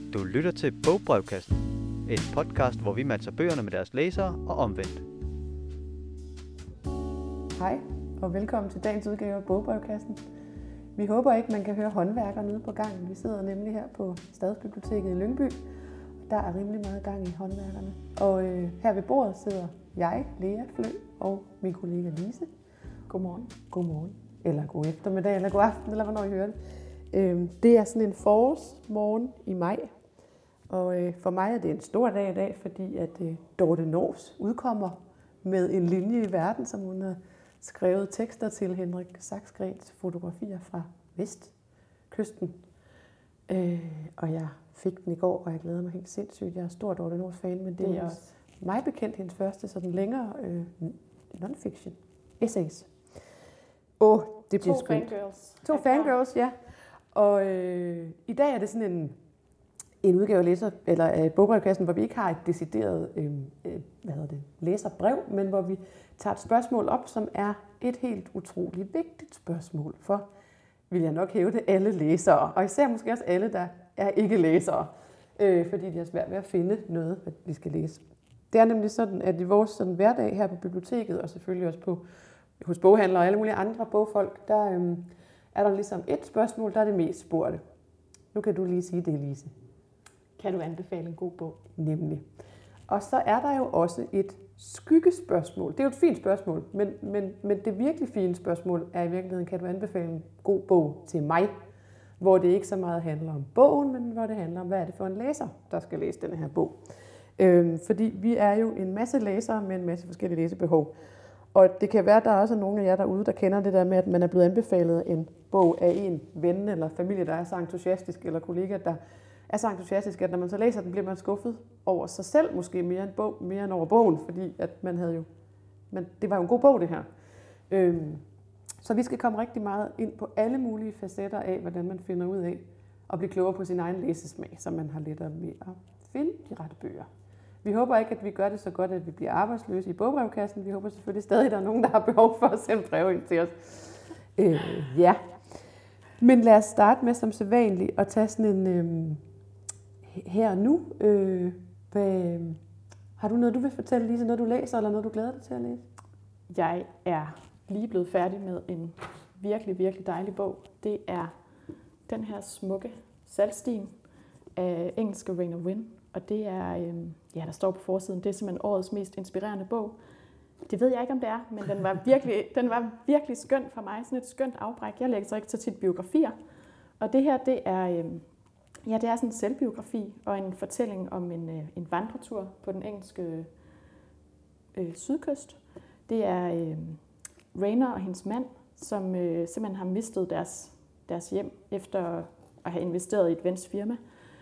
Du lytter til Bogbrevkassen, en podcast, hvor vi matcher bøgerne med deres læsere og omvendt. Hej, og velkommen til dagens udgave af Bogbrevkassen. Vi håber ikke, man kan høre håndværkere ude på gangen. Vi sidder nemlig her på Stadsbiblioteket i Lyngby. Der er rimelig meget gang i håndværkerne. Og her ved bordet sidder jeg, Lea Flø, og min kollega Lise. Godmorgen. Godmorgen. Eller god eftermiddag, eller god aften, eller hvornår I hører det. Det er sådan en forårsmorgen i maj. Og for mig er det en stor dag i dag, fordi at Dorthe Nors udkommer med en linje i verden, som hun har skrevet tekster til Henrik Saxgrens fotografier fra Vestkysten. Og jeg fik den i går, og jeg glæder mig helt sindssygt. Jeg er stor Dorthe Nors fan, men det er også mig bekendt hendes første sådan længere non-fiction essays. Det bliver skønt. To fangirls, ja. Og i dag er det sådan en udgave af Bogbrevkassen, hvor vi ikke har et decideret læserbrev, men hvor vi tager et spørgsmål op, som er et helt utroligt vigtigt spørgsmål for, vil jeg nok hæve det, alle læsere, og især måske også alle, der er ikke læsere, fordi de har svært ved at finde noget, hvad de skal læse. Det er nemlig sådan, at i vores sådan hverdag her på biblioteket, og selvfølgelig også hos boghandlere og alle mulige andre bogfolk, der er der ligesom et spørgsmål, der er det mest spurgte. Nu kan du lige sige det, Lise. Kan du anbefale en god bog? Nemlig. Og så er der jo også et skyggespørgsmål. Det er jo et fint spørgsmål, men det virkelig fine spørgsmål er i virkeligheden, kan du anbefale en god bog til mig? Hvor det ikke så meget handler om bogen, men hvor det handler om, hvad er det for en læser, der skal læse denne her bog. Fordi vi er jo en masse læsere med en masse forskellige læsebehov. Og det kan være, at der er også nogle af jer derude, der kender det der med, at man er blevet anbefalet en bog af en ven eller familie, der er så entusiastisk, eller kollega, der er så entusiastisk, at når man så læser den, bliver man skuffet over sig selv, måske mere end over bogen, fordi at det var jo en god bog, det her. Så vi skal komme rigtig meget ind på alle mulige facetter af, hvordan man finder ud af at blive klogere på sin egen læsesmag, så man har lettere med at finde de rette bøger. Vi håber ikke, at vi gør det så godt, at vi bliver arbejdsløse i bogbrevkassen. Vi håber selvfølgelig stadig, at der er nogen, der har behov for at sende breve ind til os. Ja. Men lad os starte med som sædvanligt at tage sådan en her og nu. Har du noget, du vil fortælle, Lise, noget du læser, eller noget, du glæder dig til at læse? Jeg er lige blevet færdig med en virkelig, virkelig dejlig bog. Det er den her smukke Saltsten af engelske Rainer Winn. Og det er, der står på forsiden, det er simpelthen årets mest inspirerende bog. Det ved jeg ikke, om det er, men den var virkelig skøn for mig. Sådan et skønt afbræk. Jeg læser ikke så tit biografier. Og det her, det er sådan en selvbiografi og en fortælling om en vandretur på den engelske sydkyst. Det er Rainer og hendes mand, som simpelthen har mistet deres hjem efter at have investeret i et vens firma.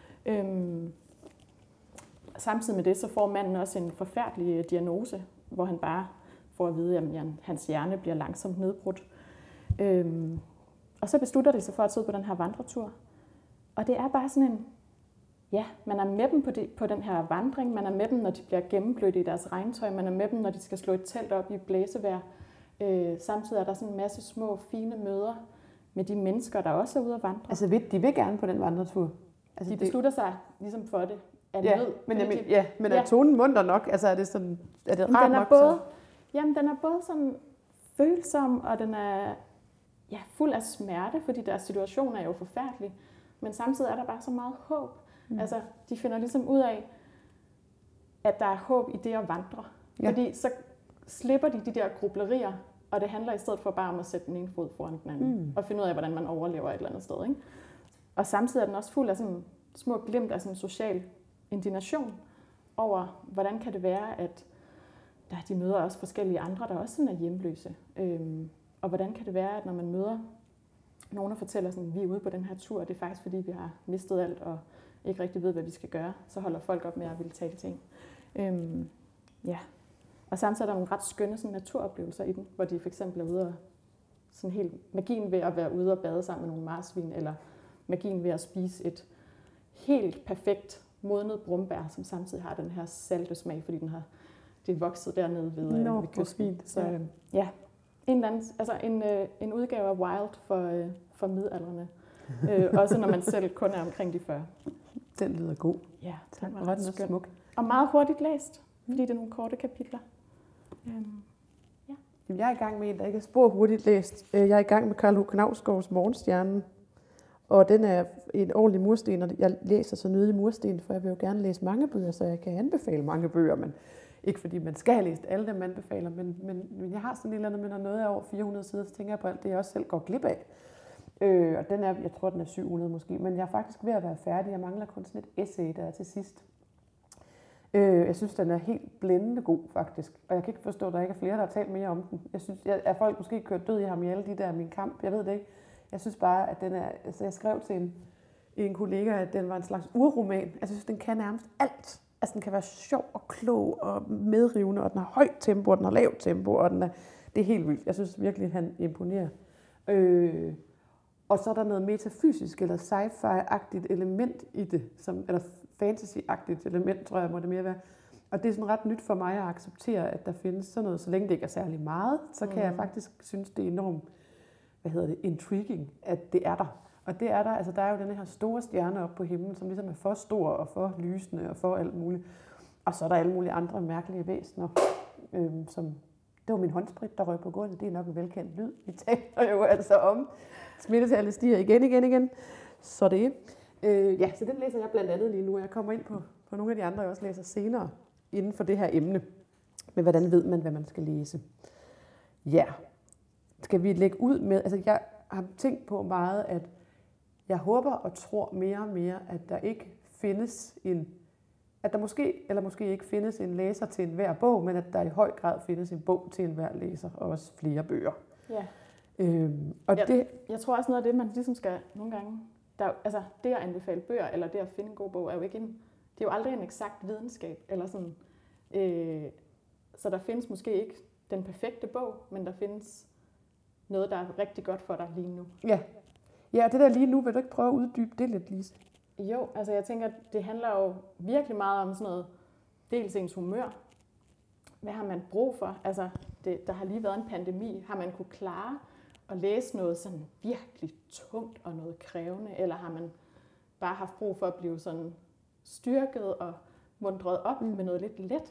Samtidig med det, så får manden også en forfærdelig diagnose, hvor han bare får at vide, at hans hjerne bliver langsomt nedbrudt. Og så beslutter de sig for at tage ud på den her vandretur. Og det er bare sådan man er med dem på den her vandring, man er med dem, når de bliver gennemblødte i deres regntøj, man er med dem, når de skal slå et telt op i blæsevejr. Samtidig er der sådan en masse små, fine møder med de mennesker, der også er ude at vandre. Altså de vil gerne på den vandretur? Altså, de beslutter sig ligesom for det. Men er tonen munter nok? Altså er det rart nok? Den er både sådan følsom, og den er fuld af smerte, fordi deres situation er jo forfærdelig. Men samtidig er der bare så meget håb. Altså, de finder ligesom ud af, at der er håb i det at vandre. Ja. Fordi så slipper de der grublerier, og det handler i stedet for bare om at sætte den ene fod foran den anden. Og finde ud af, hvordan man overlever et eller andet sted. Ikke? Og samtidig er den også fuld af sådan små glimt af sådan social indignation over, hvordan kan det være, at de møder også forskellige andre, der også sådan er hjemløse. Og hvordan kan det være, at når man møder nogen, der fortæller, sådan, vi er ude på den her tur, og det er faktisk fordi, vi har mistet alt og ikke rigtig ved, hvad vi skal gøre, så holder folk op med at ville tale ting. Og samtidig er der nogle ret skønne sådan, naturoplevelser i den, hvor de for eksempel er ude og sådan helt magien ved at være ude og bade sammen med nogle marsvin, eller magien ved at spise et helt perfekt modnet brumbær, som samtidig har den her salte smag, fordi det er vokset dernede ved kysten. Så en udgave af Wild for midaldrende. Også når man selv kun er omkring de 40. Den lyder god. Ja, Tak, den hvor var den ret er skøn. smuk. Og meget hurtigt læst, fordi det er nogle korte kapitler. Jamen, jeg er i gang med en, der ikke er spor hurtigt læst. Jeg er i gang med Karl H. Knausgårds Morgenstjernen. Og den er en ordentlig mursten, og jeg læser så nødig mursten, for jeg vil jo gerne læse mange bøger, så jeg kan anbefale mange bøger, men ikke fordi man skal have læst alle dem, man anbefaler, men jeg har sådan et eller andet med, når noget er over 400 sider, så tænker jeg på alt det, jeg også selv går glip af. Og den er, jeg tror, den er 700 måske, men jeg er faktisk ved at være færdig. Jeg mangler kun sådan et essay, der er til sidst. Jeg synes, den er helt blændende god, faktisk. Og jeg kan ikke forstå, at der ikke er flere, der har talt mere om den. Jeg synes, er folk måske kørt død i ham i alle de der Min Kamp? Jeg ved det ikke. Jeg synes bare, at den er... Altså, jeg skrev til en kollega, at den var en slags urroman. Jeg synes, den kan nærmest alt. Altså, den kan være sjov og klog og medrivende, og den har højt tempo, og den har lavt tempo, og det er helt vildt. Jeg synes virkelig, han imponerer. Og så er der noget metafysisk eller sci-fi-agtigt element i det, eller fantasy-agtigt element, tror jeg, må det mere være. Og det er sådan ret nyt for mig at acceptere, at der findes sådan noget, så længe det ikke er særlig meget, så kan jeg faktisk synes, det er enormt, intriguing, at det er der. Og det er der, altså der er jo den her store stjerne oppe på himlen, som ligesom er for stor og for lysende og for alt muligt. Og så er der alle mulige andre mærkelige væsener, som... Det var min håndsprit, der røg på gulvet. Det er nok en velkendt lyd. Vi taler jo altså om. Smittetallet stiger igen. Så det ja, så den læser jeg blandt andet lige nu. Jeg kommer ind på nogle af de andre, jeg også læser senere inden for det her emne. Men hvordan ved man, hvad man skal læse? Ja, skal vi lægge ud med... Altså, jeg har tænkt på meget, at jeg håber og tror mere og mere, at der ikke findes at der måske ikke findes en læser til enhver bog, men at der i høj grad findes en bog til enhver læser, og også flere bøger. Ja. Jeg tror også noget af det, man ligesom skal nogle gange... altså det at anbefale bøger, eller det at finde en god bog, er jo ikke det er jo aldrig en eksakt videnskab, eller sådan. Så der findes måske ikke den perfekte bog, men der findes noget, der er rigtig godt for dig lige nu. Ja, det der lige nu, vil du ikke prøve at uddybe det lidt, Lise? Jo, altså jeg tænker, det handler jo virkelig meget om sådan noget, dels ens humør. Hvad har man brug for? Altså, der har lige været en pandemi. Har man kunne klare at læse noget sådan virkelig tungt og noget krævende, eller har man bare haft brug for at blive sådan styrket og mundret op med noget lidt let?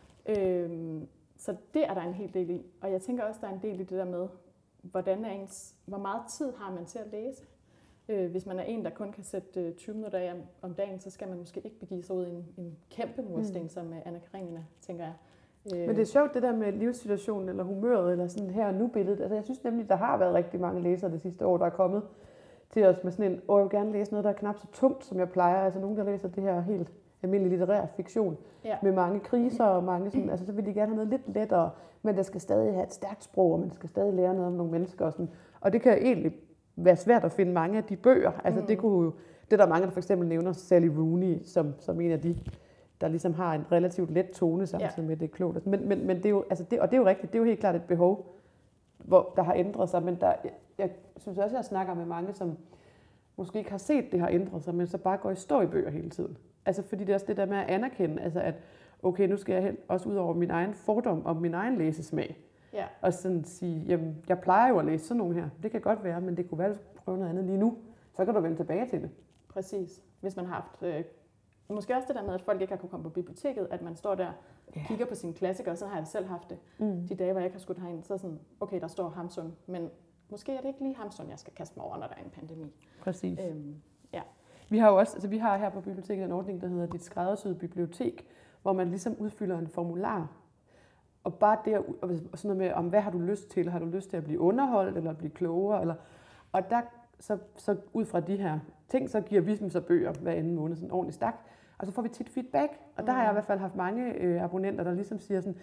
Så det er der en hel del i. Og jeg tænker også, der er en del i det der med, hvor meget tid har man til at læse? Hvis man er en, der kun kan sætte 20 minutter af om dagen, så skal man måske ikke begive sig ud i en kæmpe mursten, som Anna Karenina, tænker jeg. Men det er sjovt, det der med livssituationen eller humøret, eller sådan her og nu billedet. Altså, jeg synes nemlig, der har været rigtig mange læsere det sidste år, der er kommet til os med sådan en, jeg vil gerne læse noget, der er knap så tungt, som jeg plejer. Altså nogen, der læser det her helt almindelig litterær fiktion, med mange kriser og mange sådan, altså så vil de gerne have noget lidt lettere, men der skal stadig have et stærkt sprog, og man skal stadig lære noget om nogle mennesker og sådan. Og det kan egentlig være svært at finde mange af de bøger. Altså det er der mange, der for eksempel nævner Sally Rooney som en af de, der ligesom har en relativt let tone samtidig med det er klogt. Men det er jo, altså og det er jo rigtigt, det er jo helt klart et behov, hvor der har ændret sig, men jeg synes også, jeg snakker med mange, som måske ikke har set, det har ændret sig, men så bare går i stå i bøger hele tiden. Altså fordi det er også det der med at anerkende, altså at okay, nu skal jeg også ud over min egen fordom og min egen læsesmag. Ja. Og sådan sige, jamen, jeg plejer jo at læse sådan nogle her. Det kan godt være, men det kunne være, at du skulle prøve noget andet lige nu. Så kan du vende tilbage til det. Præcis. Hvis man har haft... måske også det der med, at folk ikke har kunnet komme på biblioteket, at man står der og kigger på sine klassikere, så har jeg selv haft det. De dage, hvor jeg ikke har skudt herind, så sådan, okay, der står Hamsun, men måske er det ikke lige Hamsun, jeg skal kaste mig over, når der er en pandemi. Præcis. Ja. Vi har jo også, altså vi har her på biblioteket en ordning, der hedder Dit skræddersyede bibliotek, hvor man ligesom udfylder en formular. Og bare det, og sådan noget med, om hvad har du lyst til? Har du lyst til at blive underholdt, eller at blive klogere? Eller, og der, så ud fra de her ting, så giver vi dem så bøger hver anden måned, sådan en ordentlig stak. Og så får vi tit feedback. Og der har jeg i hvert fald haft mange abonnenter, der ligesom siger sådan,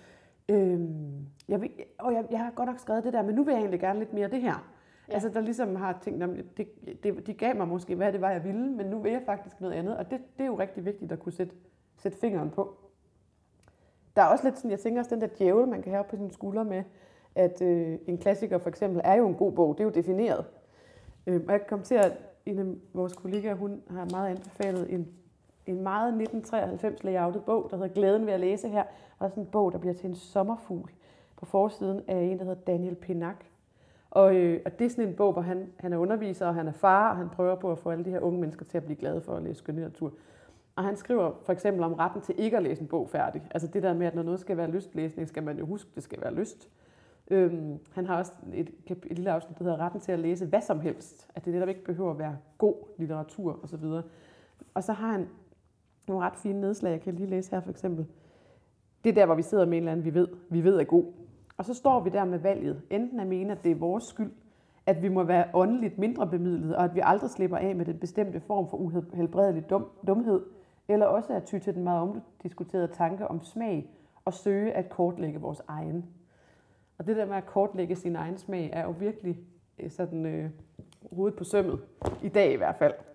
jeg har godt nok skrevet det der, men nu vil jeg egentlig gerne lidt mere det her. Ja. Altså der ligesom har tænkt, de gav mig måske, hvad det var, jeg ville, men nu vil jeg faktisk noget andet. Og det er jo rigtig vigtigt at kunne sætte fingeren på. Der er også lidt sådan, jeg tænker også den der djævel, man kan have på sine skuldre med, at en klassiker for eksempel er jo en god bog, det er jo defineret. Og jeg kom til at, en af vores kollegaer, hun har meget anbefalet en meget 1993 layoutet bog, der hedder Glæden ved at læse her, og sådan en bog, der bliver til en sommerfugl på forsiden af en, der hedder Daniel Pinnock. Og det er sådan en bog, hvor han er underviser, og han er far, og han prøver på at få alle de her unge mennesker til at blive glade for at læse skønlitteratur. Og han skriver for eksempel om retten til ikke at læse en bog færdig. Altså det der med, at når noget skal være lystlæsning, skal man jo huske, at det skal være lyst. Han har også et lille afsnit, der hedder retten til at læse hvad som helst. At det netop ikke behøver at være god litteratur osv. Og så har han nogle ret fine nedslag, jeg kan lige læse her for eksempel. Det er der, hvor vi sidder med en eller anden, vi ved er god. Og så står vi der med valget. Enten at mene, at det er vores skyld, at vi må være åndeligt mindre bemidlet, og at vi aldrig slipper af med den bestemte form for uhelbredelig dumhed, eller også at ty til den meget omdiskuterede tanke om smag, og søge at kortlægge vores egen. Og det der med at kortlægge sin egen smag, er jo virkelig sådan hovedet på sømmet, i dag i hvert fald.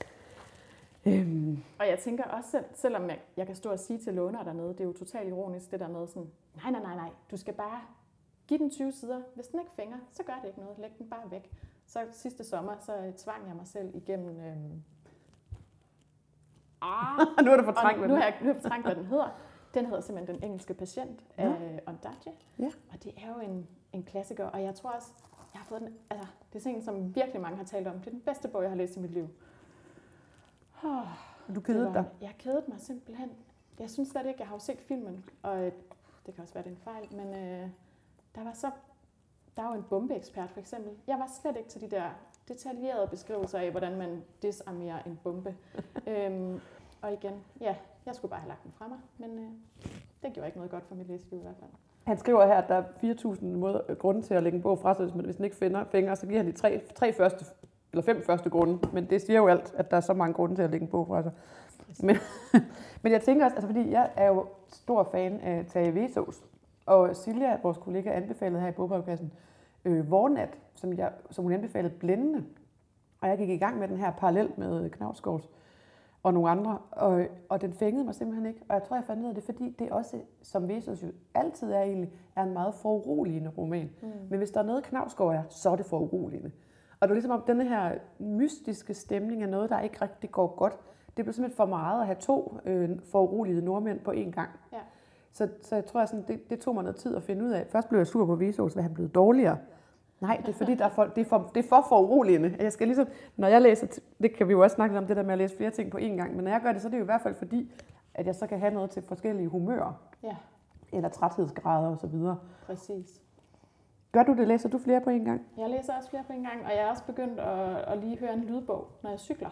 Og jeg tænker også, selvom jeg kan stå og sige til lånere dernede, det er jo totalt ironisk, det der med sådan, nej, du skal bare give den 20 sider. Hvis den ikke fænger, så gør det ikke noget. Læg den bare væk. Så sidste sommer, så tvang jeg mig selv igennem... Nu er du fortrængt, nu har jeg fortrængt, hvad den hedder. Den hedder simpelthen Den engelske patient af Ondaatje. Ja. Og det er jo en klassiker, og jeg tror også, jeg har fået den... Altså, det er sådan en, som virkelig mange har talt om. Det er den bedste bog, jeg har læst i mit liv. Du kedede dig? Jeg kedede mig simpelthen. Jeg synes slet ikke, jeg har jo set filmen, og det kan også være, det er en fejl, men der er jo en bombeekspert for eksempel. Jeg var slet ikke til de der detaljerede beskrivelser af, hvordan man desarmerer en bombe. Og igen, ja, jeg skulle bare have lagt den fra mig, men det gjorde ikke noget godt for mit læseliv i hvert fald. Han skriver her, at der er 4.000 grunde til at lægge en bog fra sig, hvis den ikke fænger, så giver han de 5 første grunde, men det siger jo alt, at der er så mange grunde til at lægge en bog fra sig. Men jeg tænker også, altså fordi jeg er jo stor fan af Tage Vesaas, og Silja, vores kollega, anbefalede her i bogpodcasten Vårnat, som hun anbefalede blændende. Og jeg gik i gang med den her parallelt med Knausgårds og nogle andre, og den fængede mig simpelthen ikke. Og jeg tror, jeg fandt ud af det, fordi det også, som Vesaas jo altid er egentlig, er en meget foruroligende roman. Men hvis der er noget Knausgård er, så er det foruroligende. Og det er ligesom om denne her mystiske stemning af noget, der ikke rigtig går godt. Det blev simpelthen for meget at have 2 foruroligede nordmænd på én gang. Ja. Så jeg tror, sådan, det tog mig noget tid at finde ud af. Først blev jeg sur på Vesaas, hvad han blev dårligere. Nej, det er fordi, der er folk, det er for foruroligende. Jeg skal ligesom, når jeg læser, det kan vi jo også snakke om, det der med at læse flere ting på én gang, men når jeg gør det, så er det jo i hvert fald fordi, at jeg så kan have noget til forskellige humører. Ja. Eller træthedsgrader og så videre. Præcis. Gør du det? Læser du flere på én gang? Jeg læser også flere på én gang, og jeg er også begyndt at lige høre en lydbog, når jeg cykler.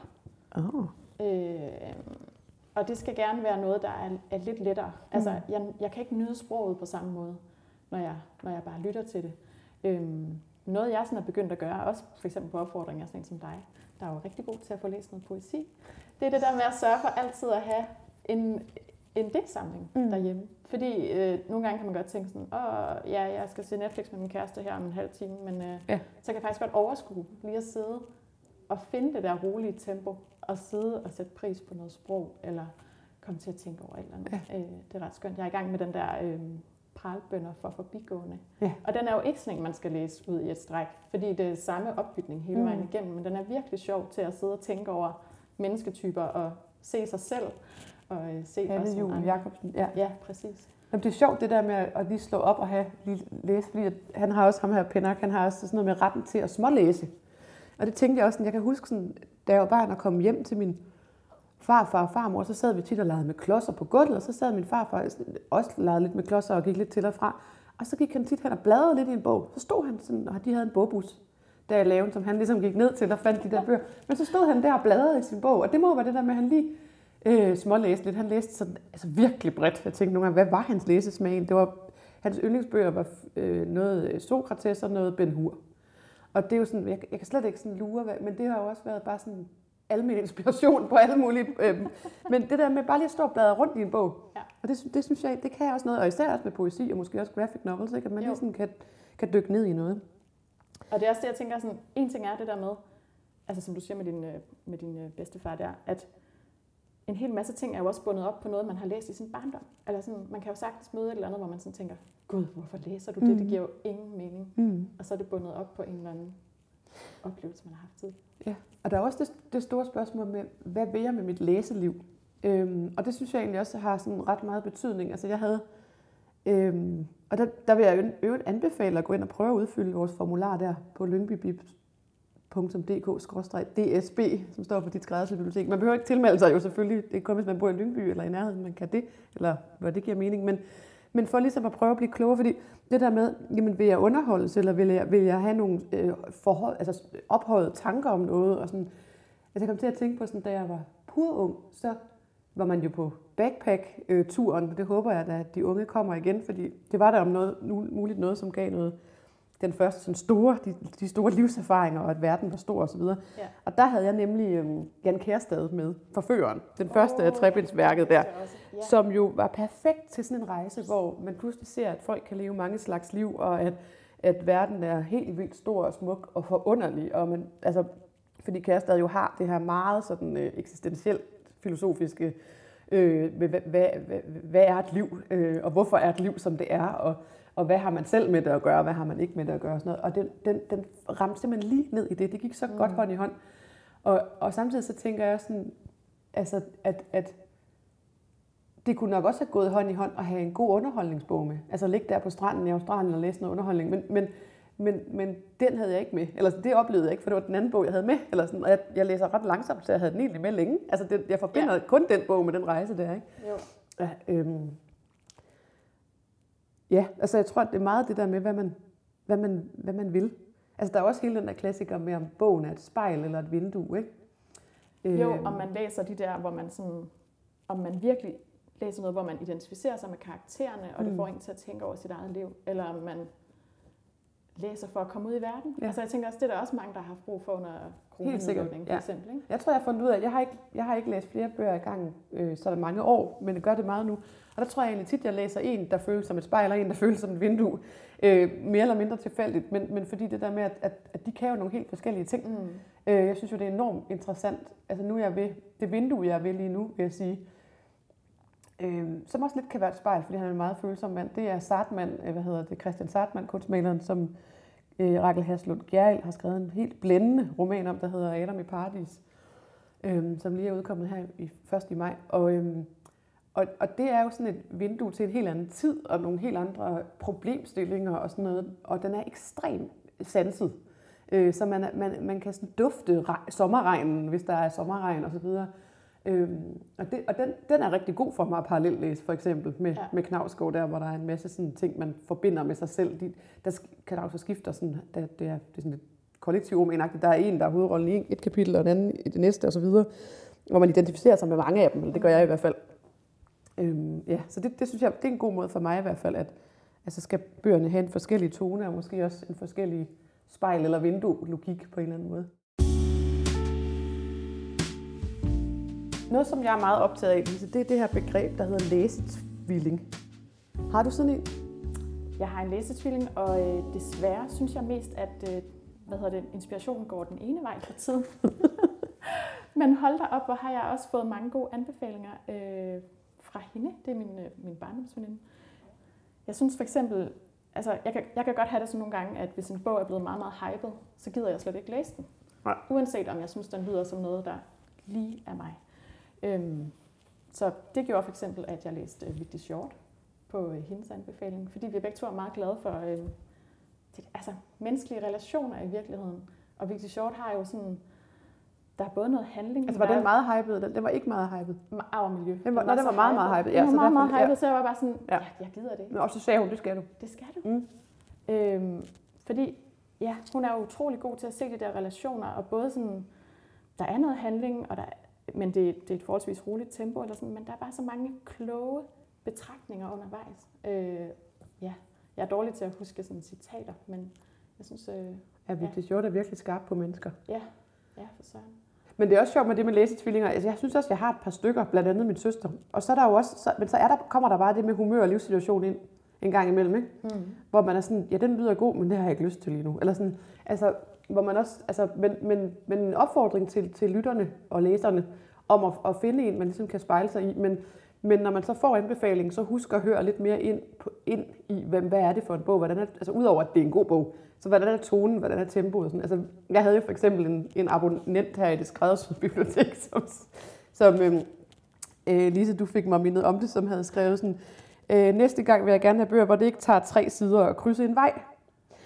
Og det skal gerne være noget, der er lidt lettere. Altså, jeg kan ikke nyde sproget på samme måde, når jeg bare lytter til det. Noget, jeg sådan er begyndt at gøre, også for eksempel på opfordring af sådan en som dig, der er jo rigtig god til at få læst noget poesi, det er det der med at sørge for altid at have en digtsamling derhjemme. Fordi nogle gange kan man godt tænke sådan, jeg skal se Netflix med min kæreste her om en halv time, men så kan jeg faktisk godt overskue lige at sidde og finde det der rolige tempo, og sidde og sætte pris på noget sprog, eller komme til at tænke over et eller andet. Ja. Det er ret skønt. Jeg er i gang med den der pralbønner for forbigående. Ja. Og den er jo ikke sådan en, man skal læse ud i et stræk, fordi det er samme opbygning hele vejen igennem, men den er virkelig sjov til at sidde og tænke over mennesketyper, og se sig selv, og se Hanne også Juhl Jacobsen. Ja, præcis. Jamen, det er sjovt det der med at lige slå op og læse, fordi han har også, ham her Pennock, han har også sådan noget med retten til at smålæse. Og det tænkte jeg også, jeg kan huske sådan, da jeg var barn og kom hjem til min farfar og farmor, så sad vi tit og legede med klodser på gulvet, og så sad min farfar også legede lidt med klodser og gik lidt til og fra. Og så gik han tit hen og bladrede lidt i en bog. Så stod han sådan, og de havde en bogbus der i laven, som han ligesom gik ned til og fandt de der bøger. Men så stod han der og bladrede i sin bog, og det må være det der med, at han lige smålæste lidt. Han læste sådan, altså virkelig bredt. Jeg tænkte nogle gange, hvad var hans læsesmag? Det var, hans yndlingsbøger var noget Sokrates og noget Ben Hur. Og det er jo sådan, jeg kan slet ikke sådan lure, men det har jo også været bare sådan almen inspiration på alle mulige. Men det der med bare lige at stå og bladre rundt i en bog, og det synes jeg, det kan jeg også noget, og især også med poesi og måske også graphic novels, ikke? At man lige sådan kan dykke ned i noget. Og det er også det, jeg tænker sådan, en ting er det der med, altså som du siger med din bedstefar der, at en hel masse ting er jo også bundet op på noget, man har læst i sin barndom. Eller sådan, man kan jo sagtens møde et eller andet, hvor man sådan tænker, gud, hvorfor læser du det? Det giver jo ingen mening. Og så er det bundet op på en eller anden oplevelse, man har haft tid. Ja, og der er også det store spørgsmål med, hvad vil jeg med mit læseliv? Og det synes jeg egentlig også har sådan ret meget betydning. Altså jeg havde, og der vil jeg øvrigt anbefale at gå ind og prøve at udfylde vores formular der på Lyngby Bibs .dk/DSB, som står for dit skræddersybibliotek. Man behøver ikke tilmelde sig jo selvfølgelig, det er kun hvis man bor i Lyngby eller i nærheden, man kan det, eller hvad det giver mening, men for ligesom at prøve at blive klogere, fordi det der med, jamen vil jeg underholdes, eller vil jeg have nogle ophøjede tanker om noget, og sådan, jeg kom til at tænke på sådan, da jeg var purung, så var man jo på backpack-turen, det håber jeg da, at de unge kommer igen, fordi det var der om noget, som gav noget, den første sådan store, de store livserfaringer, og at verden var stor osv. Ja. Og der havde jeg nemlig Jan Kjærstad med, Forføreren, den første af trebindsværket der, som jo var perfekt til sådan en rejse, hvor man pludselig ser, at folk kan leve mange slags liv, og at verden er helt vildt stor og smuk og forunderlig, og man, altså, fordi Kjærstad jo har det her meget sådan eksistentielt filosofiske, hvad er et liv, og hvorfor er et liv, som det er, og hvad har man selv med det at gøre, og hvad har man ikke med det at gøre, og sådan noget. Og den ramte simpelthen lige ned i det. Det gik så godt hånd i hånd. Og samtidig så tænker jeg sådan, altså, at det kunne nok også have gået hånd i hånd at have en god underholdningsbog med. Altså ligge der på stranden i Australien og læse noget underholdning. Men den havde jeg ikke med. Eller det oplevede jeg ikke, for det var den anden bog, jeg havde med. Eller sådan. Og jeg læser ret langsomt, så jeg havde den egentlig med længe. Altså jeg forbinder kun den bog med den rejse der, ikke? Jo. Ja, altså jeg tror, at det er meget det der med, hvad man vil. Altså der er også hele den der klassiker med, om bogen er et spejl eller et vindue, ikke? Jo, om man læser de der, hvor man sådan, om man virkelig læser noget, hvor man identificerer sig med karaktererne, og det får en til at tænke over sit eget liv, eller om man læser for at komme ud i verden. Ja. Altså jeg tænker også, det er der også mange, der har haft brug for under coronanedlukningen, for eksempel. Ikke? Jeg tror, jeg har fundet ud af, at jeg har ikke læst flere bøger i gang, så er det mange år, men det gør det meget nu. Og der tror jeg egentlig tit, jeg læser en, der føles som et spejl, og en, der føles som et vindue. Mere eller mindre tilfældigt, men fordi det der med, at de kan jo nogle helt forskellige ting. Jeg synes jo, det er enormt interessant. Altså nu er jeg ved, det vindue, jeg er ved lige nu, vil jeg sige, som også lidt kan være et spejl, fordi han er en meget følsom mand. Det er Sartmann, Christian Sartmann, kunstmaleren, som Rakel Haslund Gjerrild har skrevet en helt blændende roman om, der hedder Adam i Paradis, som lige er udkommet her først i maj. Og det er jo sådan et vindue til en helt anden tid, og nogle helt andre problemstillinger og sådan noget, og den er ekstremt sanset. Så man kan sådan dufte sommerregnen, hvis der er sommerregn og så videre. Og den er rigtig god for mig at parallellæse, for eksempel med Knausgård, der hvor der er en masse sådan ting, man forbinder med sig selv. Der kan der også skifte sådan, det er sådan et kollektivromanagtigt. Der er en, der er hovedrollen i et kapitel, og en anden i det næste, og så videre, hvor man identificerer sig med mange af dem, eller det gør jeg i hvert fald. Så det synes jeg, det er en god måde for mig i hvert fald, at altså skal bøgerne have en forskellig tone, og måske også en forskellig spejl- eller vindue-logik på en eller anden måde. Noget, som jeg er meget optaget af, Lise, det er det her begreb, der hedder læsetvilling. Har du sådan en? Jeg har en læsetvilling, og desværre synes jeg mest, at inspirationen går den ene vej for tiden. Men hold da op, hvor har jeg også fået mange gode anbefalinger fra hende. Det er min barndomsveninde. Jeg synes for eksempel, altså jeg kan godt have det sådan nogle gange, at hvis en bog er blevet meget, meget hyped, så gider jeg slet ikke læse den. Nej. Uanset om jeg synes, den lyder som noget, der lige er mig. Så det gjorde for eksempel, at jeg læste Vigdis Hjorth på hendes anbefaling, fordi vi begge to er meget glade for menneskelige relationer i virkeligheden. Og Vigdis Hjorth har jo sådan, der er både noget handling. Altså var den meget hyped? Den var ikke meget hyped? Miljø. Den var meget, meget hyped. Den var meget hyped, så jeg var bare sådan, jeg gider det ikke. Og så sagde hun, det skal du. Det skal du. Fordi hun er utrolig god til at se de der relationer, og både sådan, der er noget handling, og men det er et forholdsvis roligt tempo, eller sådan, men der er bare så mange kloge betragtninger undervejs. Jeg er dårlig til at huske sådan citater, men jeg synes... Vigdis Hjorth er virkelig skarp på mennesker. Ja, for søren. Men det er også sjovt med det med læsetvillinger. Altså, jeg synes også, jeg har et par stykker, blandt andet min søster. Og så er der jo også, kommer der bare det med humør og livssituation ind en gang imellem, ikke? Hvor man er sådan, ja, den lyder god, men det har jeg ikke lyst til lige nu. Eller sådan, altså, hvor man også, altså, men en opfordring til lytterne og læserne om at finde en, man ligesom kan spejle sig i. Men når man så får anbefaling, så husk at høre lidt mere ind i, hvad er det for en bog? Hvordan er, altså udover at det er en god bog, så hvordan er tonen, hvordan er tempoet? Sådan. Altså, jeg havde jo for eksempel en abonnent her i det skræddersybibliotek, som Lise, du fik mig mindet om det, som havde skrevet sådan, næste gang vil jeg gerne have bøger, hvor det ikke tager 3 sider at krydse en vej.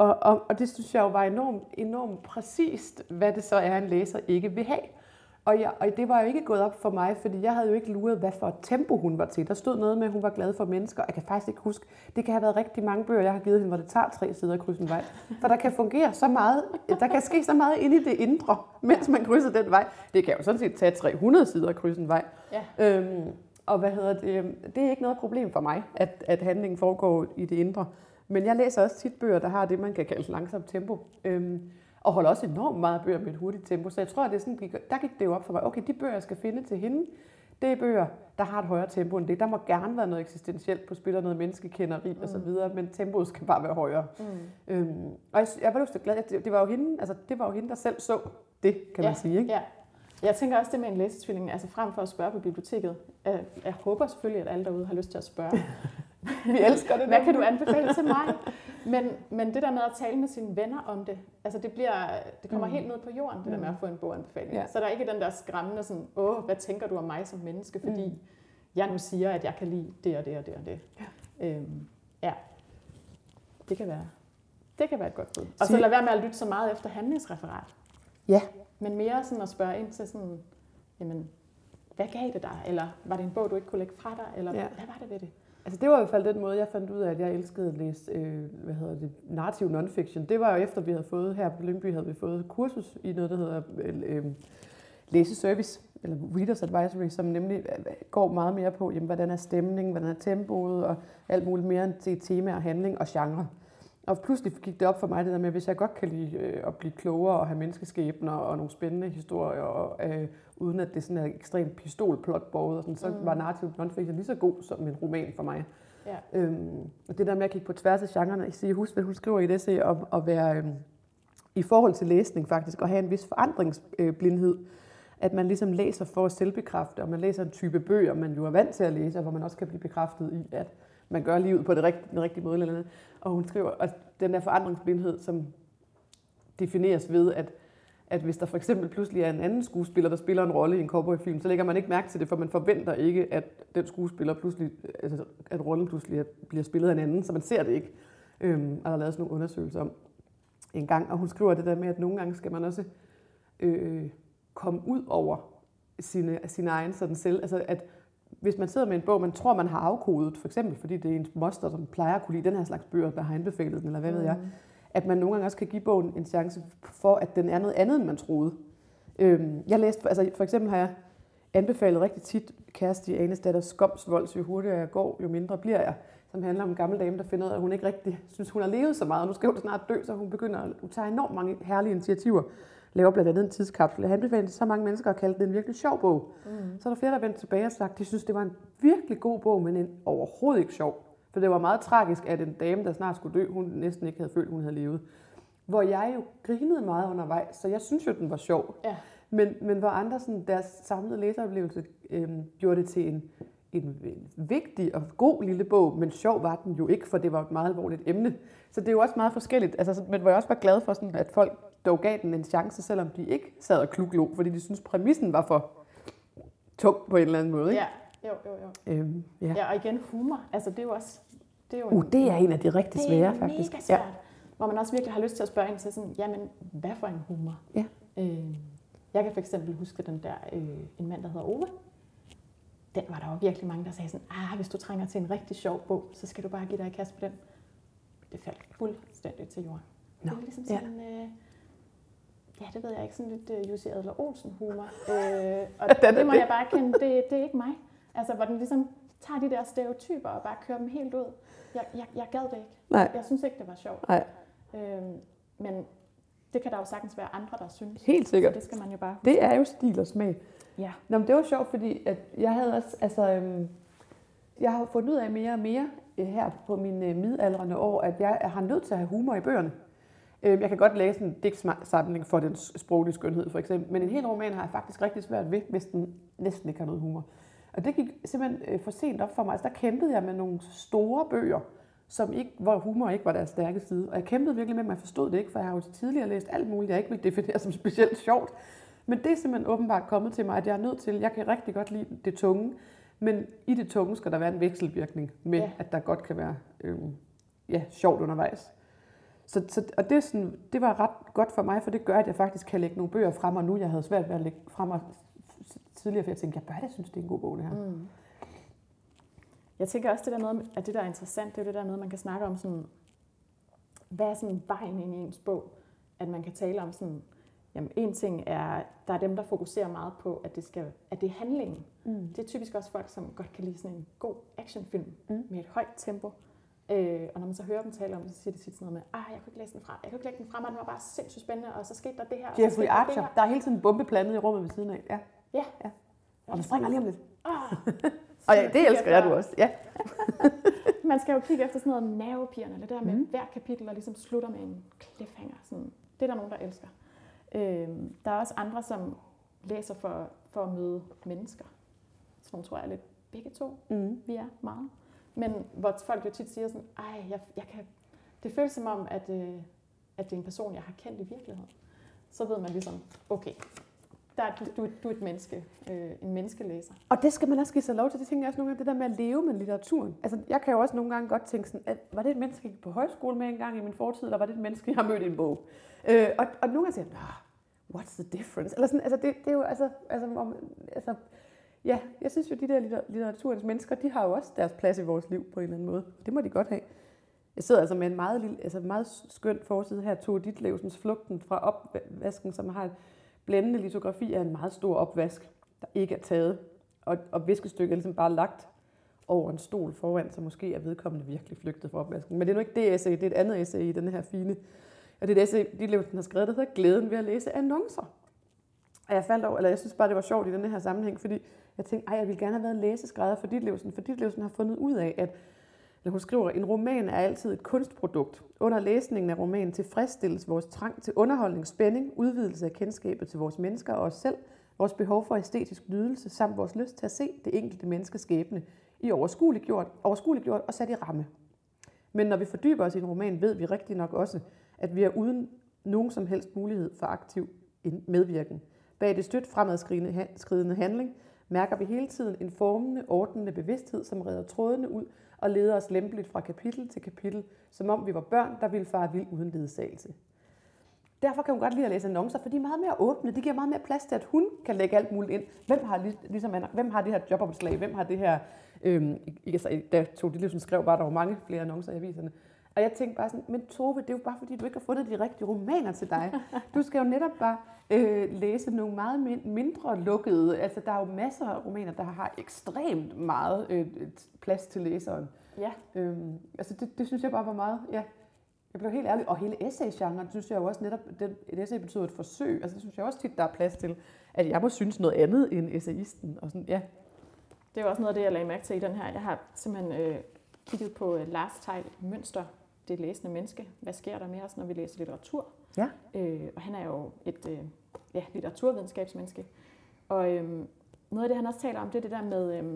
Og det synes jeg jo var enormt præcist, hvad det så er, en læser ikke vil have. Og det var jo ikke gået op for mig, fordi jeg havde jo ikke luret, hvad for et tempo hun var til. Der stod noget med, at hun var glad for mennesker. Jeg kan faktisk ikke huske, det kan have været rigtig mange bøger, jeg har givet hende, hvor det tager 3 sider at krydse en vej. For der kan fungere så meget, der kan ske så meget inde i det indre, mens man krydser den vej. Det kan jo sådan set tage 300 sider at krydse en vej. Ja. Og det er ikke noget problem for mig, at handlingen foregår i det indre. Men jeg læser også tit bøger, der har det, man kan kalde langsomt tempo. Og holder også enormt meget bøger med et hurtigt tempo. Så jeg tror, at der gik det jo op for mig. Okay, de bøger, jeg skal finde til hende, det er bøger, der har et højere tempo end det. Der må gerne være noget eksistentielt på spil og noget menneskekenderi og så videre, men tempoet skal bare være højere. Og jeg var jo så glad, det var jo hende, der selv så det, kan man sige. Ikke? Ja. Jeg tænker også det med en læsetvilling, altså frem for at spørge på biblioteket. Jeg håber selvfølgelig, at alle derude har lyst til at spørge. Vi elsker det. Hvad kan du anbefale til mig? Men det der med at tale med sine venner om det, altså det kommer helt ned på jorden, det der med at få en boganbefaling. Ja. Så der er ikke den der skræmmende sådan, hvad tænker du om mig som menneske, fordi jeg nu siger, at jeg kan lide det og det og det og det. Ja. Det kan være et godt bud. Og så lad være med at lytte så meget efter handlingsreferat. Ja. Men mere sådan at spørge ind til sådan, jamen, hvad gav det dig? Eller var det en bog, du ikke kunne lægge fra dig? Eller hvad var det ved det? Altså det var i hvert fald den måde, jeg fandt ud af, at jeg elskede at læse narrativ nonfiction. Det var jo efter, vi havde fået her på Lyngby, havde vi fået kursus i noget, der hedder læseservice, eller Readers Advisory, som nemlig går meget mere på, jamen, hvordan er stemningen, hvordan er tempoet, og alt muligt mere til tema og handling og genre. Og pludselig gik det op for mig det der med, at hvis jeg godt kan lide at blive klogere og have menneskeskæbner og nogle spændende historier, og, uden at det sådan er ekstremt pistolplotborget, og sådan, så var narrativ nonfiction lige så god som en roman for mig. Ja. Og det der med at kigge på tværs af genrerne, jeg siger, husk, hvad hun skriver i det essay, om at være i forhold til læsning faktisk, og have en vis forandringsblindhed, at man ligesom læser for at selvbekræfte, og man læser en type bøger, man jo er vant til at læse, hvor man også kan blive bekræftet i, at man gør livet på den rigtige måde. Eller andet. Og hun skriver, at den der forandringsblindhed, som defineres ved, at hvis der for eksempel pludselig er en anden skuespiller, der spiller en rolle i en cowboyfilm, så lægger man ikke mærke til det, for man forventer ikke, at den skuespiller pludselig, altså at rollen pludselig bliver spillet af en anden, så man ser det ikke. Og der er lavet sådan nogle undersøgelser om en gang, og hun skriver det der med, at nogle gange skal man også komme ud over sin egen sådan selv, altså at hvis man sidder med en bog, man tror, man har afkodet, for eksempel fordi det er en moster, som plejer at kunne lide den her slags bøger, der har anbefalet den, eller hvad ved jeg, at man nogle gange også kan give bogen en chance for, at den er noget andet, end man troede. Jeg læste, altså for eksempel har jeg anbefalet rigtig tit Kersti Anesdatters Skomsvolds, jo hurtigere jeg går, jo mindre bliver jeg, som handler om en gammel dame, der finder ud af, at hun ikke rigtig synes, hun har levet så meget, og nu skal hun snart dø, så hun begynder at tage enormt mange herlige initiativer. Laver blandt andet en tidskapsel. Jeg anbefalede så mange mennesker at kalde det en virkelig sjov bog. Så er der flere, der vendte tilbage og sagt, at de synes, det var en virkelig god bog, men en overhovedet ikke sjov. For det var meget tragisk, at en dame, der snart skulle dø, hun næsten ikke havde følt, hun havde levet. Hvor jeg jo grinede meget undervejs, så jeg synes jo, den var sjov. Ja. Men hvor andre, sådan, deres samlede læseoplevelse gjorde det til en vigtig og god lille bog, men sjov var den jo ikke, for det var et meget alvorligt emne. Så det er jo også meget forskelligt. Altså, men hvor jeg også var glad for, sådan, at folk dog gav den en chance, selvom de ikke sad og kluglå, fordi de synes præmissen var for tung på en eller anden måde. Ikke? Ja, jo. Ja, og igen humor. Altså, det er jo også... Det er en af de rigtig svære, faktisk. Det er mega svært. Ja. Hvor man også virkelig har lyst til at spørge ind til sådan, jamen, hvad for en humor? Ja. Jeg kan for eksempel huske den der, en mand, der hedder Ove. Den var der jo virkelig mange, der sagde sådan, hvis du trænger til en rigtig sjov bog, så skal du bare give dig et kast på den. Det faldt fuldstændig til jorden. Det er ligesom sådan, det ved jeg ikke, sådan lidt Jussi Adler-Olsen humor. Og det må jeg bare kende, det er ikke mig. Altså, hvor den ligesom tager de der stereotyper og bare kører dem helt ud. Jeg gad det ikke. Nej. Jeg synes ikke, det var sjovt. Nej. Men det kan der jo sagtens være andre, der synes. Helt sikkert. Så det skal man jo bare huske. Det er jo stil og smag. Ja. Nå, men det var sjovt, fordi at jeg havde også, jeg har fundet ud af mere og mere her på mine midaldrende år, at jeg har nødt til at have humor i bøgerne. Jeg kan godt læse en digtsamling for den sproglige skønhed, for eksempel, men en hel roman har jeg faktisk rigtig svært ved, hvis den næsten ikke har noget humor. Og det gik simpelthen for sent op for mig. Altså, der kæmpede jeg med nogle store bøger, hvor humor ikke var deres stærke side. Og jeg kæmpede virkelig med, at man forstod det ikke, for jeg har jo tidligere læst alt muligt, jeg ikke ville definere som specielt sjovt. Men det er simpelthen åbenbart kommet til mig, at jeg er nødt til, jeg kan rigtig godt lide det tunge, men i det tunge skal der være en vekselvirkning med, at der godt kan være sjovt undervejs. Og det var ret godt for mig, for det gør, at jeg faktisk kan lægge nogle bøger frem, og nu jeg havde svært ved at lægge frem tidligere, for jeg tænkte, jeg bør da synes, det er en god bog, det her. Mm. Jeg tænker også, det der noget, at det der er interessant, det er det der med, at man kan snakke om sådan, hvad er sådan vejen ind i ens bog? At man kan tale om sådan, jamen en ting er, der er dem, der fokuserer meget på, at det er handlingen. Mm. Det er typisk også folk, som godt kan lide sådan en god actionfilm med et højt tempo. Og når man så hører dem tale om det, så siger de tit sådan noget med, jeg kunne ikke læse den fra, jeg kunne ikke lægge den frem, og den var bare sindssygt spændende, og så skete der det her. Jeffrey Archer, der er hele tiden bombeplantet i rummet ved siden af. Ja. Og den springer lige om lidt. Og ja, det elsker jeg du også. Ja. Man skal jo kigge efter sådan noget nervepirrende, det der med hver kapitel, og ligesom slutter med en cliffhanger. Sådan. Det er der nogen, der elsker. Der er også andre, som læser for at møde mennesker. Sådan tror jeg lidt begge to, vi er meget. Men hvor folk jo tit siger sådan, jeg kan... Det føles som om, at det er en person, jeg har kendt i virkeligheden. Så ved man ligesom, okay, du er et menneske, en menneskelæser. Og det skal man også give sig lov til. Det tænker jeg også nogle gange, det der med at leve med litteraturen. Altså, jeg kan jo også nogle gange godt tænke sådan, at var det et menneske, jeg gik på højskole med en gang i min fortid, eller var det et menneske, jeg har mødt i en bog? Og nogle gange siger jeg, what's the difference? Eller sådan, altså, det er jo ja, jeg synes jo, de der litteraturens mennesker, de har jo også deres plads i vores liv på en eller anden måde. Det må de godt have. Jeg sidder altså med en meget skøn forside her, Tove Ditlevsens Flugten fra opvasken, som har et blændende litografi af en meget stor opvask, der ikke er taget. Og viskestykket er ligesom bare lagt over en stol foran, så måske er vedkommende virkelig flygtet fra opvasken. Men det er nu ikke det essay, det er et andet essay i den her fine. Og det er et essay, Ditlevsen har skrevet, der hedder Glæden ved at læse annoncer. Og jeg synes bare, det var sjovt i den her sammenhæng, fordi jeg tænkte, jeg ville gerne have været læseskrædder for Ditlevsen, for Ditlevsen har fundet ud af, at når hun skriver, en roman er altid et kunstprodukt. Under læsningen af romanen tilfredsstilles vores trang til underholdning, spænding, udvidelse af kendskabet til vores mennesker og os selv, vores behov for æstetisk nydelse, samt vores lyst til at se det enkelte menneskes skæbne i overskueliggjort og sat i ramme. Men når vi fordyber os i en roman, ved vi rigtig nok også, at vi er uden nogen som helst mulighed for aktiv medvirken. Bag det stødt fremadskridende handling mærker vi hele tiden en formende, ordnende bevidsthed, som redder trådene ud og leder os lempeligt fra kapitel til kapitel, som om vi var børn, der ville fare vild uden ledsagelse. Derfor kan hun godt lide at læse annoncer, for de er meget mere åbne. De giver meget mere plads til, at hun kan lægge alt muligt ind. Hvem har det her jobopslag? Hvem har det her... Da Tove Ditlevsen skrev, var der jo mange flere annoncer i aviserne. Og jeg tænkte bare sådan, men Tove, det er jo bare fordi, du ikke har fundet de rigtige romaner til dig. Du skal jo netop bare læse nogle meget mindre lukkede. Altså, der er jo masser af romaner, der har ekstremt meget plads til læseren. Ja. Det synes jeg bare var meget... Ja. Jeg blev helt ærlig. Og hele essay-genren, synes jeg jo også netop, et essay betyder et forsøg. Altså, det synes jeg også tit, der er plads til, at jeg må synes noget andet end essayisten. Og sådan, ja. Det er jo også noget af det, jeg lagde mærke til i den her. Jeg har simpelthen kigget på Lars Theil Mønster, det læsende menneske. Hvad sker der med os, når vi læser litteratur? Ja. Og han er jo et litteraturvidenskabsmenneske. Og noget af det, han også taler om, det er det der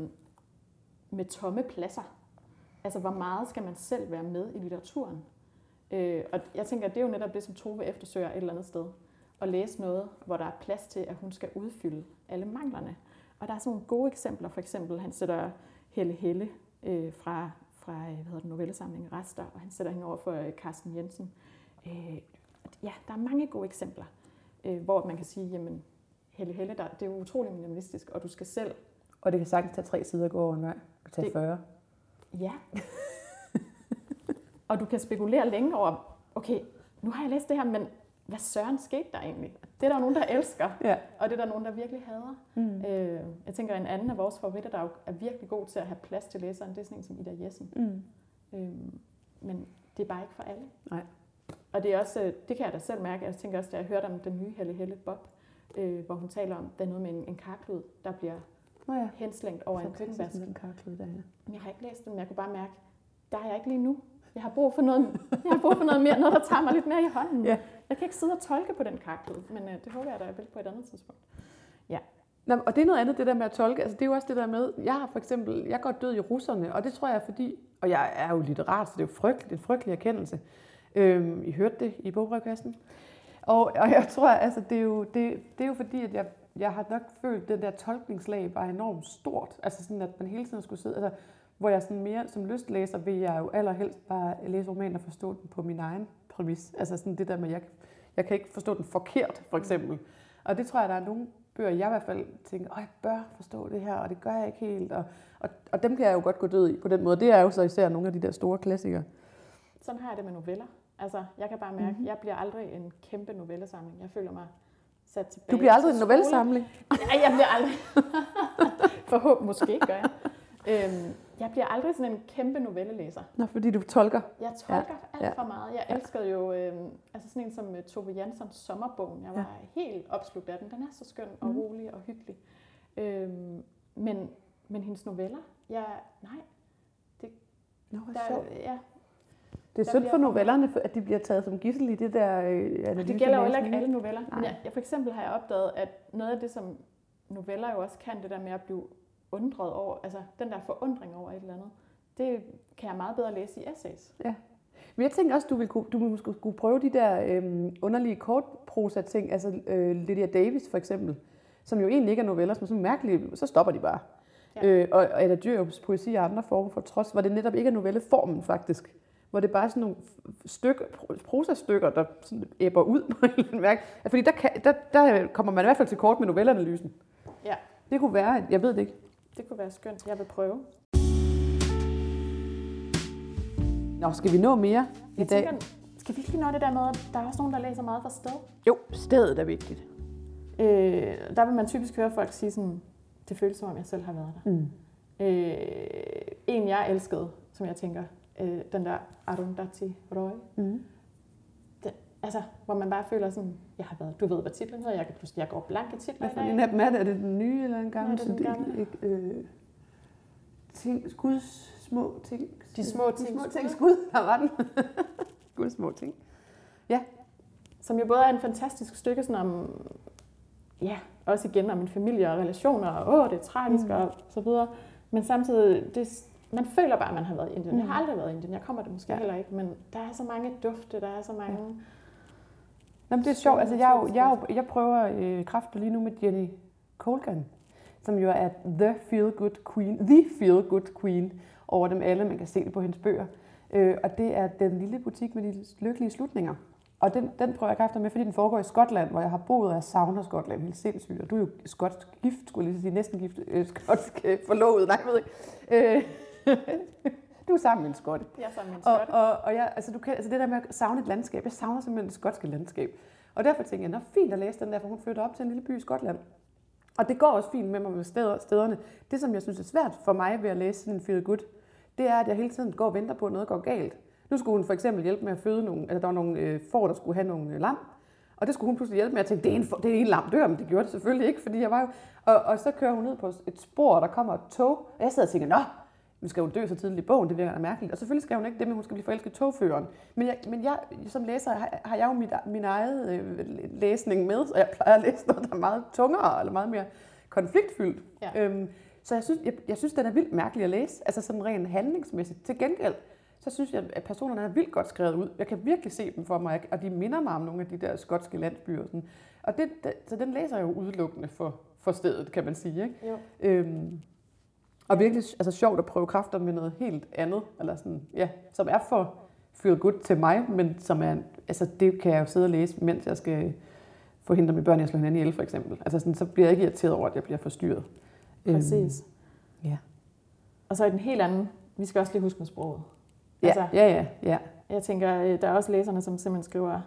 med tomme pladser. Altså, hvor meget skal man selv være med i litteraturen? Og jeg tænker, at det er jo netop det, som Tove eftersøger et eller andet sted. At læse noget, hvor der er plads til, at hun skal udfylde alle manglerne. Og der er sådan nogle gode eksempler. For eksempel, han sætter Helle fra novellesamlingen Rester, og han sætter hende over for Carsten Jensen. Ja, der er mange gode eksempler, hvor man kan sige, jamen, Helle, det er jo utrolig minimalistisk, og du skal selv... Og det kan sagtens tage 3 sider at gå over en vej. Det kan tage 40. Ja. Og du kan spekulere længe over, okay, nu har jeg læst det her, men hvad søren skete der egentlig? Det er der nogen, der elsker, ja. Og det er der nogen, der virkelig hader. Mm. Jeg tænker, en anden af vores favoritter, der er virkelig god til at have plads til læseren, det er sådan en som Ida Jessen. Mm. Men det er bare ikke for alle. Nej. Og det er også, det kan jeg da selv mærke. Jeg tænker også, da jeg hørte om den nye Helle Bob, hvor hun taler om, der er noget med en karklud, der bliver henslængt over en køkkenvask. Men jeg har ikke læst den, men jeg kunne bare mærke, der er jeg ikke lige nu. Jeg har brug for noget mere, noget der tager mig lidt mere i hånden. Yeah. Jeg kan ikke sidde og tolke på den karklud, men det håber jeg da, jeg vil på et andet tidspunkt. Ja. Nå, og det er noget andet, det der med at tolke. Altså, det er jo også det der med, jeg går død i russerne, og det tror jeg fordi, og jeg er jo litterat, så det er jo en frygtelig erkendelse. I hørte det i bogbrevkassen. Og jeg tror, altså, det er jo fordi, at jeg har nok følt, at det der tolkningslag var enormt stort. Altså sådan, at man hele tiden skulle sidde... Altså, hvor jeg sådan mere som lystlæser vil jeg jo allerhelst bare læse romanen og forstå den på min egen præmis. Altså sådan det der med, jeg kan ikke forstå den forkert, for eksempel. Og det tror jeg, der er nogle bøger, jeg i hvert fald tænker, jeg bør forstå det her, og det gør jeg ikke helt. Og dem kan jeg jo godt gå død i på den måde. Det er jo så især nogle af de der store klassikere. Sådan har jeg det med noveller. Altså, jeg kan bare mærke, at jeg bliver aldrig en kæmpe novellesamling. Jeg føler mig sat tilbage. Du bliver aldrig en novellesamling? Nej, jeg bliver aldrig. Forhåbentlig måske gør jeg. Jeg bliver aldrig sådan en kæmpe novellelæser. Nå, fordi du tolker. Jeg tolker alt for meget. Jeg elskede jo altså sådan en som Tove Janssons Sommerbogen. Jeg var helt opslugt af den. Den er så skøn og rolig og hyggelig. Men hendes noveller, nej. Det er synd for novellerne, at de bliver taget som gidsel i det der det gælder jo heller ikke alle noveller. Men for eksempel har jeg opdaget, at noget af det, som noveller jo også kan, det der med at blive undret over, altså den der forundring over et eller andet, det kan jeg meget bedre læse i essays. Ja. Men jeg tænker også, du måske skulle prøve de der underlige kortprosa-ting, altså Lydia Davis for eksempel, som jo egentlig ikke er noveller, som er sådan mærkelige, så stopper de bare. Ja. Og Ada Djørups poesi og andre former for trods, hvor det netop ikke er novelleformen faktisk, hvor det bare er sådan nogle prosastykker, der sådan æbber ud på en eller anden mærke. Fordi der kommer man i hvert fald til kort med novelleanalysen. Ja. Det kunne være, jeg ved det ikke. Det kunne være skønt. Jeg vil prøve. Nå, skal vi nå mere i dag? Tænker, skal vi lige nå det der med, at der er også nogen, der læser meget fra sted? Jo, stedet er vigtigt. Der vil man typisk høre folk sige sådan, det føles som om jeg selv har været der. En jeg elskede, som jeg tænker, den der Arundhati Roy. Altså, hvor man bare føler sådan, jeg har været, du ved, hvad titlen hedder, jeg går blank i titlen. Hvad for en af dem er det? Er det den nye eller en gammel? Ja, det er den gamle. Guds små ting. De små ting. Skud, der var den. Guds små ting. Ja. Som jo både er en fantastisk stykke sådan om, ja, også igen om en familie og relationer, og det er tragisk og så videre. Men samtidig, man føler bare, at man har været i Indien. Jeg har aldrig været i Indien, jeg kommer det måske heller ikke, men der er så mange dufte, der er så mange... Jamen, det er sjovt, altså jeg prøver kræfter lige nu med Jenny Colgan, som jo er the feel good queen over dem alle, man kan se det på hendes bøger. Og det er Den lille butik med de lykkelige slutninger. Og den prøver jeg kræfter med, fordi den foregår i Skotland, hvor jeg har boet, og jeg savner Skotland helt sindssygt. Og du er jo skotsk gift, skulle jeg lige sige, næsten gift, skotsk forlovet, nej, jeg ved ikke. Du er sammen med en skotte. Jeg er sammen med en skotte. Og jeg, altså, det der med at savne et landskab, jeg savner simpelthen det skotske landskab. Og derfor tænker jeg, fint at læse den der, for hun flytter op til en lille by i Skotland. Og det går også fint med mig med stederne. Det, som jeg synes er svært for mig ved at læse sådan en feel good, det er, at jeg hele tiden går og venter på, at noget går galt. Nu skulle hun for eksempel hjælpe med at føde der var nogle får, der skulle have nogle lam. Og det skulle hun pludselig hjælpe med. Jeg tænkte, det er en lam dør, men det gjorde det selvfølgelig ikke, fordi jeg var jo... Og så kører hun ned på et spor, der kommer et tog. Og jeg sidder og tænker, nu skal hun dø så tidligt i bogen, det virker da mærkeligt. Og selvfølgelig skal hun ikke det, men hun skal blive forelsket i togføreren. Men jeg som læser har jeg jo min eget læsning med, og jeg plejer at læse noget, der er meget tungere, eller meget mere konfliktfyldt. Ja. Så jeg synes, den er vildt mærkelig at læse, altså sådan rent handlingsmæssigt. Til gengæld, så synes jeg, at personerne er vildt godt skrevet ud. Jeg kan virkelig se dem for mig, og de minder mig om nogle af de der skotske landsbyer. Og sådan. Og så den læser jeg jo udelukkende for stedet, kan man sige. Ikke? Og virkelig altså, sjovt at prøve kræfter med noget helt andet, eller sådan, ja, som er for feel good til mig, men som er, altså det kan jeg jo sidde og læse, mens jeg skal forhindre mine børn i at slå hinanden ihjel, for eksempel. Altså sådan, så bliver jeg ikke irriteret over, at jeg bliver forstyrret. Præcis. Ja. Og så er den helt anden, vi skal også lige huske med sproget. Ja, altså, ja. Jeg tænker, der er også læserne, som simpelthen skriver,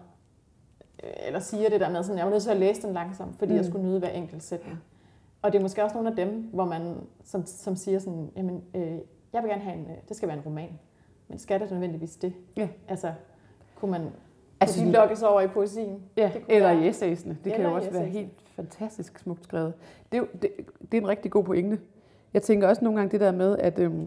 eller siger det der med, sådan, jeg var nødt til at læse den langsomt, fordi jeg skulle nyde hver enkelt sætning. Og det er måske også nogle af dem, hvor man som siger sådan, jamen, jeg vil gerne have det skal være en roman, men skal det nødvendigvis det? Ja. Altså, kunne de lokkes over i poesien? Ja, eller i essaysene. Det kan jo også være helt fantastisk smukt skrevet. Det er en rigtig god pointe. Jeg tænker også nogle gange det der med,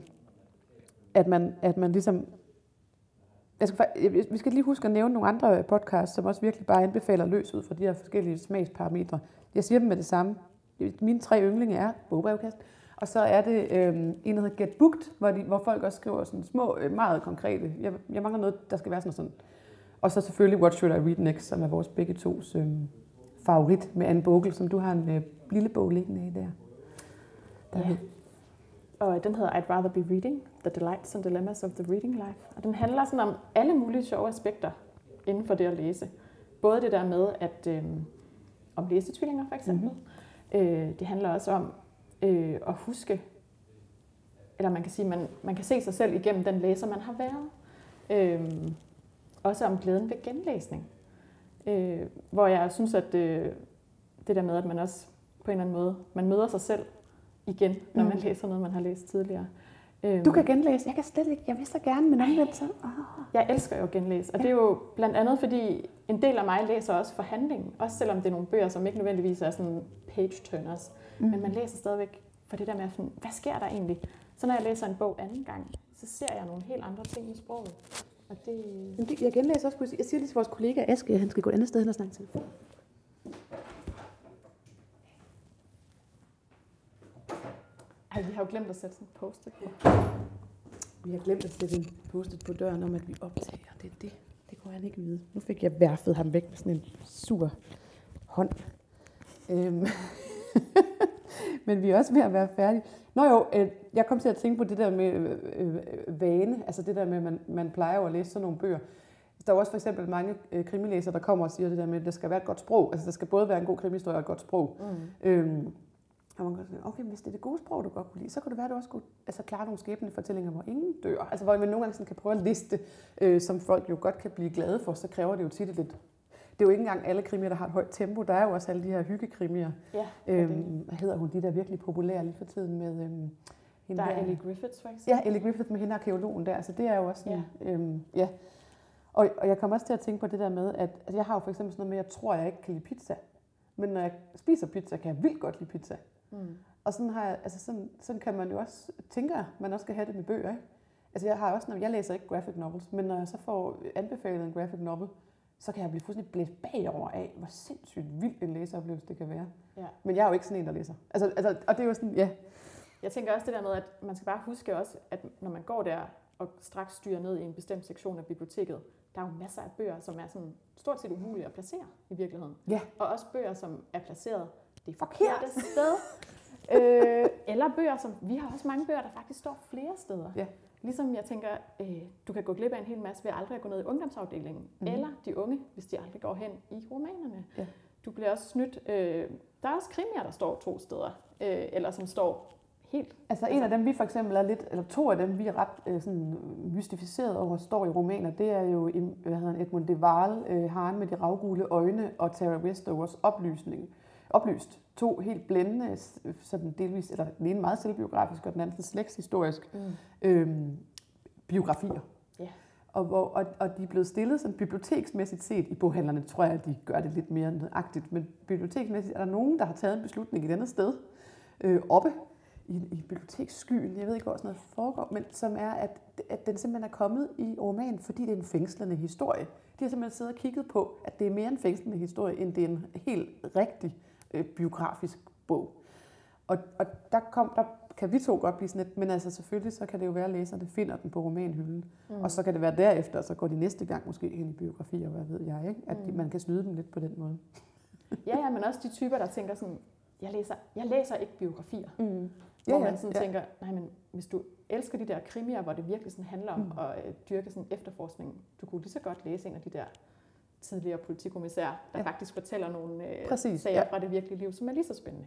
at man ligesom... Vi skal lige huske at nævne nogle andre podcasts, som også virkelig bare anbefaler løs ud fra de her forskellige smagsparametre. Jeg siger dem med det samme. Mine 3 yndlinge er bogbrevkast, og så er det en, der hedder Get Booked, hvor folk også skriver sådan små, meget konkrete. Jeg mangler noget, der skal være sådan. Og så selvfølgelig What Should I Read Next, som er vores begge tos favorit med Anne Bogle, som du har en lille bog liggende i der. Ja. Og den hedder I'd Rather Be Reading, The Delights and Dilemmas of the Reading Life. Og den handler sådan om alle mulige sjove aspekter inden for det at læse. Både det der med, at om læsetvillinger for eksempel. Det handler også om at huske, eller man kan sige, man kan se sig selv igennem den læser, man har været. Også om glæden ved genlæsning. Hvor jeg synes, at det der med, at man også på en eller anden måde, man møder sig selv igen, når man læser noget, man har læst tidligere. Du kan genlæse. Jeg kan slet ikke. Jeg vil så gerne, men omvendt så. Jeg elsker jo at genlæse, og det er jo blandt andet, fordi en del af mig læser også for handlingen. Også selvom det er nogle bøger, som ikke nødvendigvis er sådan page-turners. Men man læser stadigvæk for det der med, hvad sker der egentlig? Så når jeg læser en bog anden gang, så ser jeg nogle helt andre ting i sproget. Og det... Jeg genlæser også. Jeg siger lige til vores kollega Aske, at han skal gå et andet sted hen og snakke til. Ej, vi har jo glemt at sætte sådan en post-it på. Vi har glemt at sætte en post-it på døren om, at vi optager. Det kunne han ikke vide. Nu fik jeg værfet ham væk med sådan en sur hånd. Men vi er også ved at være færdige. Nå jo, jeg kom til at tænke på det der med vane. Altså det der med, at man plejer at læse sådan nogle bøger. Der er også for eksempel mange krimilæsere, der kommer og siger det der med, at der skal være et godt sprog. Altså der skal både være en god krimihistorie og et godt sprog. Og man kan sige, okay, hvis det er det gode sprog, du godt kunne lide, så kunne det være, at du også kunne klare nogle skæbnefortællinger, hvor ingen dør. Altså hvor man nogle gange sådan kan prøve at liste, som folk jo godt kan blive glade for, så kræver det jo tit lidt. Det er jo ikke engang alle krimier, der har et højt tempo. Der er jo også alle de her hyggekrimier. Ja, hvad hedder hun? De der virkelig populære lige for tiden med hende der er Ellie Griffiths, for eksempel. Ja, Ellie Griffiths med hende arkeologen der. Så det er jo også sådan, ja. Og jeg kommer også til at tænke på det der med, at jeg har jo for eksempel sådan noget med, at jeg tror, jeg ikke kan lide pizza. Men når jeg spiser pizza, kan jeg vildt godt lide pizza. Og sådan har jeg, sådan kan man jo også, tænker man også skal have det med bøger, ikke? Altså jeg læser ikke graphic novels, men når jeg så får anbefalet en graphic novel, så kan jeg blive fuldstændig blæst bagover af, hvor sindssygt vild en læseoplevelse det kan være. Ja. Men jeg er jo ikke sådan en, der læser. Altså, og det er jo sådan, ja. Jeg tænker også det der med, at man skal bare huske også, at når man går der og straks styrer ned i en bestemt sektion af biblioteket, der er jo masser af bøger, som er sådan stort set umulige at placere i virkeligheden. Ja. Og også bøger, som er placeret det forkerte sted. Eller bøger, som... Vi har også mange bøger, der faktisk står flere steder. Ja. Ligesom jeg tænker, du kan gå glip af en hel masse ved aldrig at gå ned i ungdomsafdelingen. Eller de unge, hvis de aldrig går hen i romanerne. Ja. Du bliver også snydt. Der er også krimier, der står 2 steder. Eller som står helt... Altså en af dem, vi for eksempel er lidt... Eller 2 af dem, vi er ret sådan mystificeret over, står i romaner. Det er jo Edmund de Waal, Haren med de ravgule øjne, og Tara Westowers Oplyst. 2 helt blændende, sådan delvis, eller den ene meget selvbiografisk, og den anden slægtshistorisk biografier. Yeah. Og de er blevet stillet sådan biblioteksmæssigt set i boghandlerne, tror jeg, at de gør det lidt mere nøjagtigt, men biblioteksmæssigt er der nogen, der har taget en beslutning et andet sted, oppe i biblioteksskyen, jeg ved ikke, hvor sådan noget foregår, men som er, at den simpelthen er kommet i roman, fordi det er en fængslende historie. De har simpelthen siddet og kigget på, at det er mere en fængslende historie, end det er en helt rigtig biografisk bog. Og der kan vi 2 godt blive sådan lidt, men altså selvfølgelig så kan det jo være, at læserne finder den på romanhylden. Og så kan det være derefter, og så går de næste gang måske hen i biografier, hvad ved jeg, ikke? At man kan snyde dem lidt på den måde. Ja, men også de typer, der tænker sådan, jeg læser ikke biografier. Hvor man sådan tænker, nej, men hvis du elsker de der krimier, hvor det virkelig sådan handler om at dyrke sådan efterforskning, du kunne lige så godt læse en af de der tidligere politikommissærer, der faktisk fortæller nogle sager fra det virkelige liv, som er lige så spændende.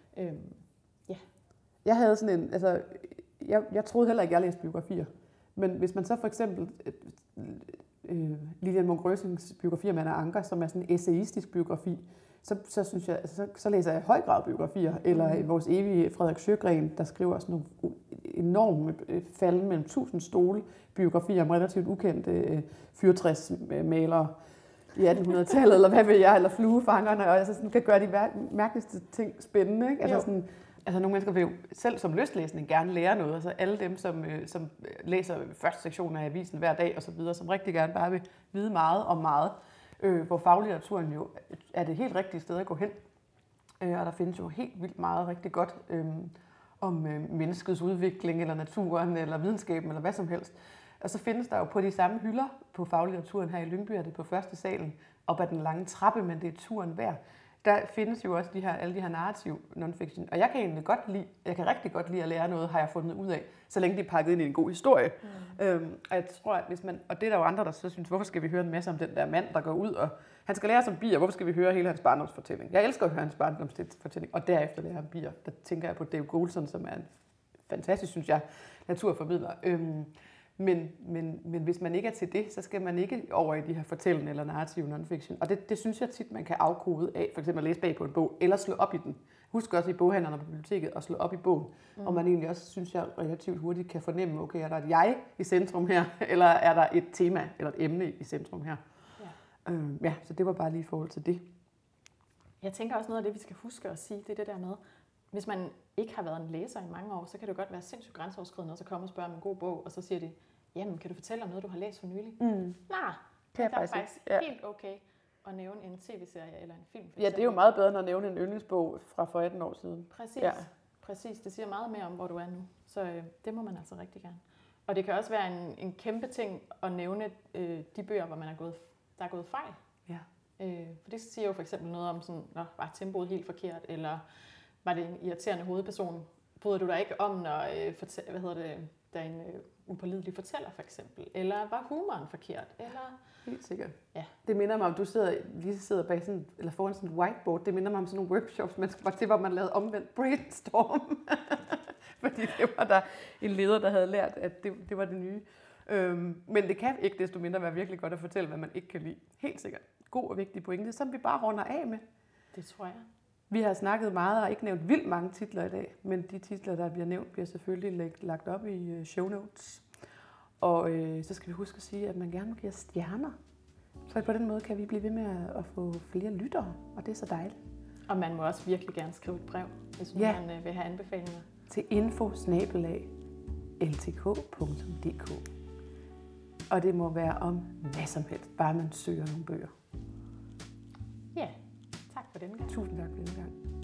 Jeg havde sådan en, altså, jeg troede heller ikke, jeg læste biografier. Men hvis man så for eksempel Lilian Munch Røsings biografi om Anna Ancher, som er sådan en essayistisk biografi, så synes jeg, så læser jeg i høj grad biografier, eller vores evige Frederik Sjögren, der skriver sådan nogle enorme falden mellem 1000 stole biografier om relativt ukendte fyrtræsmalere i 1800-tallet, eller hvad ved jeg, eller fluefangerne, og altså sådan kan gøre de mærkeligste ting spændende, ikke? Altså nogle mennesker vil jo selv som lystlæsning gerne lære noget, altså alle dem, som læser første sektion af avisen hver dag og så videre, som rigtig gerne bare vil vide meget om meget, hvor faglitteraturen jo er det helt rigtige sted at gå hen. Og der findes jo helt vildt meget rigtig godt om menneskets udvikling, eller naturen, eller videnskaben, eller hvad som helst. Og så findes der jo på de samme hylder på faglitteraturen her i Lyngby, er det på første salen, op ad den lange trappe, men det er turen værd. der findes jo også alle de her narrativ non-fiction. Og jeg kan rigtig godt lide at lære noget, har jeg fundet ud af, så længe det er pakket ind i en god historie. Og jeg tror, at og det er der jo andre, der så synes, hvorfor skal vi høre en masse om den der mand, der går ud, og han skal lære som bier, hvorfor skal vi høre hele hans barndomsfortælling? Jeg elsker at høre hans barndomsfortælling, og derefter lære om bier. Der tænker jeg på Dave Goulson, som er en fantastisk, synes jeg, naturformidler. Men hvis man ikke er til det, så skal man ikke over i de her fortællende eller narrative non-fiction. Og det synes jeg tit, man kan afkode af, for eksempel at læse bag på en bog, eller slå op i den. Husk også i boghandlerne og biblioteket at slå op i bogen. Og man egentlig også, synes jeg, relativt hurtigt kan fornemme, okay, er der et jeg i centrum her, eller er der et tema eller et emne i centrum her. Ja, så det var bare lige i forhold til det. Jeg tænker også noget af det, vi skal huske at sige, det er det der med, hvis man ikke har været en læser i mange år, så kan det godt være sindssygt grænseoverskridende, og så kommer og spørger om en god bog, og så siger de, jamen, kan du fortælle om noget, du har læst for nylig? Det er faktisk helt okay at nævne en tv-serie eller en film. Ja, det er jo meget bedre end at nævne en yndlingsbog fra 18 år siden. Præcis. Det siger meget mere om, hvor du er nu. Så det må man altså rigtig gerne. Og det kan også være en kæmpe ting at nævne de bøger, hvor der er gået fejl. Ja. For det siger jo for eksempel noget om, sådan, var tempoet helt forkert, eller var det en irriterende hovedperson? Bryder du dig ikke om, når der er en upålidelig fortæller, for eksempel? Eller var humoren forkert? Eller... Helt sikkert. Ja. Det minder mig om, du sidder bag sådan, eller foran sådan et whiteboard. Det minder mig om sådan nogle workshops, man var til, hvor man lavede omvendt brainstorm. Fordi det var der en leder, der havde lært, at det var det nye. Men det kan ikke desto mindre være virkelig godt at fortælle, hvad man ikke kan lide. Helt sikkert. God og vigtig pointe, som vi bare runder af med. Det tror jeg. Vi har snakket meget og ikke nævnt vildt mange titler i dag, men de titler, der bliver nævnt, bliver selvfølgelig lagt op i show notes. Og så skal vi huske at sige, at man gerne må give os stjerner. Så på den måde kan vi blive ved med at få flere lyttere, og det er så dejligt. Og man må også virkelig gerne skrive et brev, hvis man vil have anbefalinger. Til info@ltk.dk. Og det må være om hvad som helst, bare man søger nogle bøger. Ja, tak for denne gang. Tusind tak for denne gang.